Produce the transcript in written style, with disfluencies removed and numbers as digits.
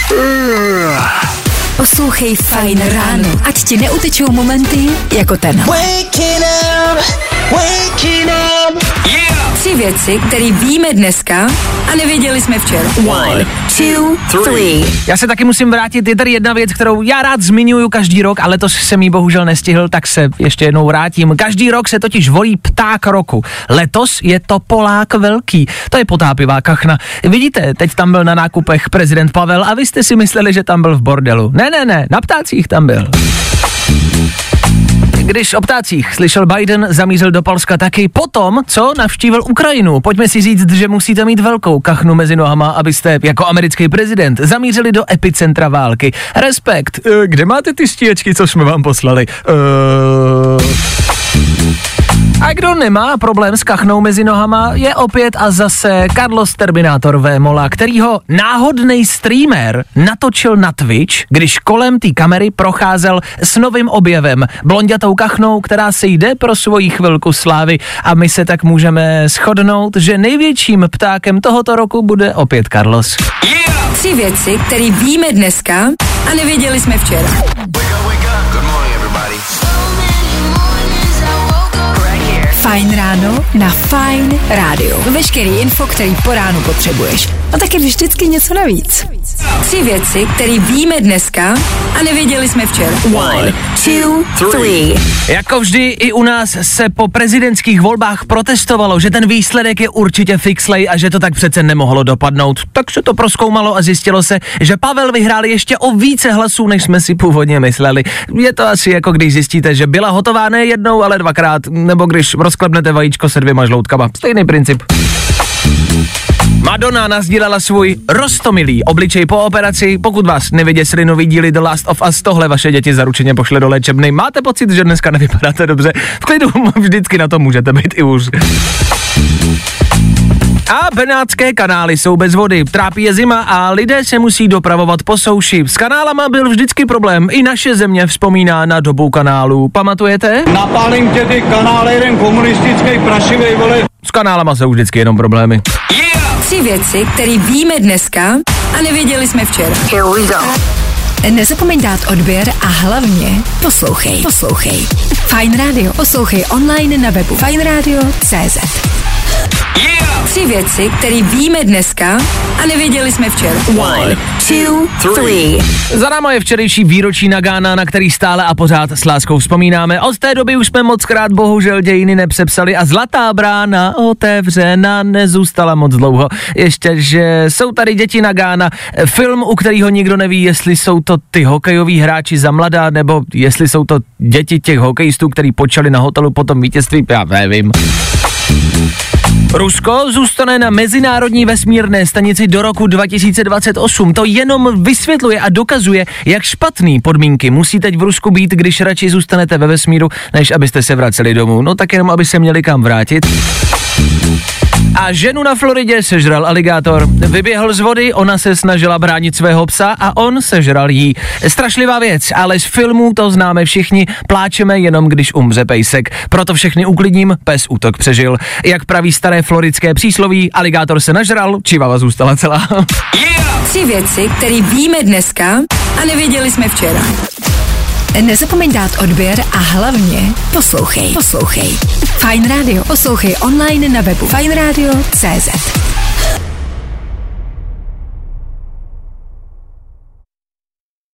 Poslouchej Fajn ráno, ať ti neutečou momenty jako ten. Yeah! 3 věci, které víme dneska a nevěděli jsme včera. 1, 2, 3. Já se taky musím vrátit, je tady jedna věc, kterou já rád zmiňuju každý rok, ale letos jsem jí bohužel nestihl, tak se ještě jednou vrátím. Každý rok se totiž volí pták roku. Letos je to Polák velký. To je potápivá kachna. Vidíte, teď tam byl na nákupech prezident Pavel a vy jste si mysleli, že tam byl v bordelu. Ne, na ptácích tam byl. Když o ptácích slyšel Biden, zamířil do Polska taky potom, co navštívil Ukrajinu. Pojďme si říct, že musíte mít velkou kachnu mezi nohama, abyste jako americký prezident zamířili do epicentra války. Respekt. Kde máte ty stíhačky, co jsme vám poslali? A kdo nemá problém s kachnou mezi nohama, je opět a zase Carlos Terminator Vémola, kterýho náhodný streamer natočil na Twitch, když kolem té kamery procházel s novým objevem, blonďatou kachnou, která se jde pro svoji chvilku slávy, a my se tak můžeme shodnout, že největším ptákem tohoto roku bude opět Carlos. Yeah! 3 věci, které víme dneska a nevěděli jsme včera. Fajn ráno na Fajn rádiu. Veškerý info, který po ránu potřebuješ. A taky vždycky něco navíc. 3 věci, které víme dneska a nevěděli jsme včera. 1, 2, 3. Jako vždy i u nás se po prezidentských volbách protestovalo, že ten výsledek je určitě fixlej a že to tak přece nemohlo dopadnout. Tak se to prozkoumalo a zjistilo se, že Pavel vyhrál ještě o více hlasů, než jsme si původně mysleli. Je to asi jako když zjistíte, že byla hotová ne jednou, ale 2krát, nebo když rozklebnete vajíčko se 2 žloutkama. Stejný princip. Madonna nasdílela svůj roztomilý obličej po operaci. Pokud vás nevyděsili nový díly The Last of Us, tohle vaše děti zaručeně pošle do léčebny. Máte pocit, že dneska nevypadáte dobře? V klidu, vždycky na to můžete být i už. A benátské kanály jsou bez vody, trápí je zima a lidé se musí dopravovat po souši. S kanálama byl vždycky problém, i naše země vzpomíná na dobu kanálů. Pamatujete? Napálím tě ty kanály, jeden komunistický prašivej, vole. S kanálama jsou vždycky jenom problémy. Yeah! 3 věci, které víme dneska a nevěděli jsme včera. Here we go. Nezapomeň dát odběr a hlavně poslouchej. Fajn rádio. Poslouchej online na webu fajnradio.cz. Yeah! 3 věci, které víme dneska a nevěděli jsme včera. 1, 2, 3. Za náma je včerejší výročí Nagána, na který stále a pořád s láskou vzpomínáme. Od té doby už jsme mockrát bohužel dějiny nepřepsali a Zlatá brána otevřena nezůstala moc dlouho. Ještě, že jsou tady děti Nagána, film, u kterého nikdo neví, jestli jsou to ty hokejoví hráči za mladá, nebo jestli jsou to děti těch hokejistů, který počali na hotelu po tom vítězství, já nevím. Rusko zůstane na mezinárodní vesmírné stanici do roku 2028. To jenom vysvětluje a dokazuje, jak špatný podmínky musí teď v Rusku být, když radši zůstanete ve vesmíru, než abyste se vraceli domů. No tak jenom, aby se měli kam vrátit. A ženu na Floridě sežral aligátor. Vyběhl z vody, ona se snažila bránit svého psa a on sežral jí. Strašlivá věc, ale z filmů to známe všichni, pláčeme jenom, když umře pejsek. Proto všechny uklidním, pes útok přežil. Jak praví staré floridské přísloví, aligátor se nažral, čivava zůstala celá. Yeah! 3 věci, které víme dneska a nevěděli jsme včera. Nezapomeň dát odběr a hlavně poslouchej. Fajn rádio. Poslouchej online na webu fajnradio.cz.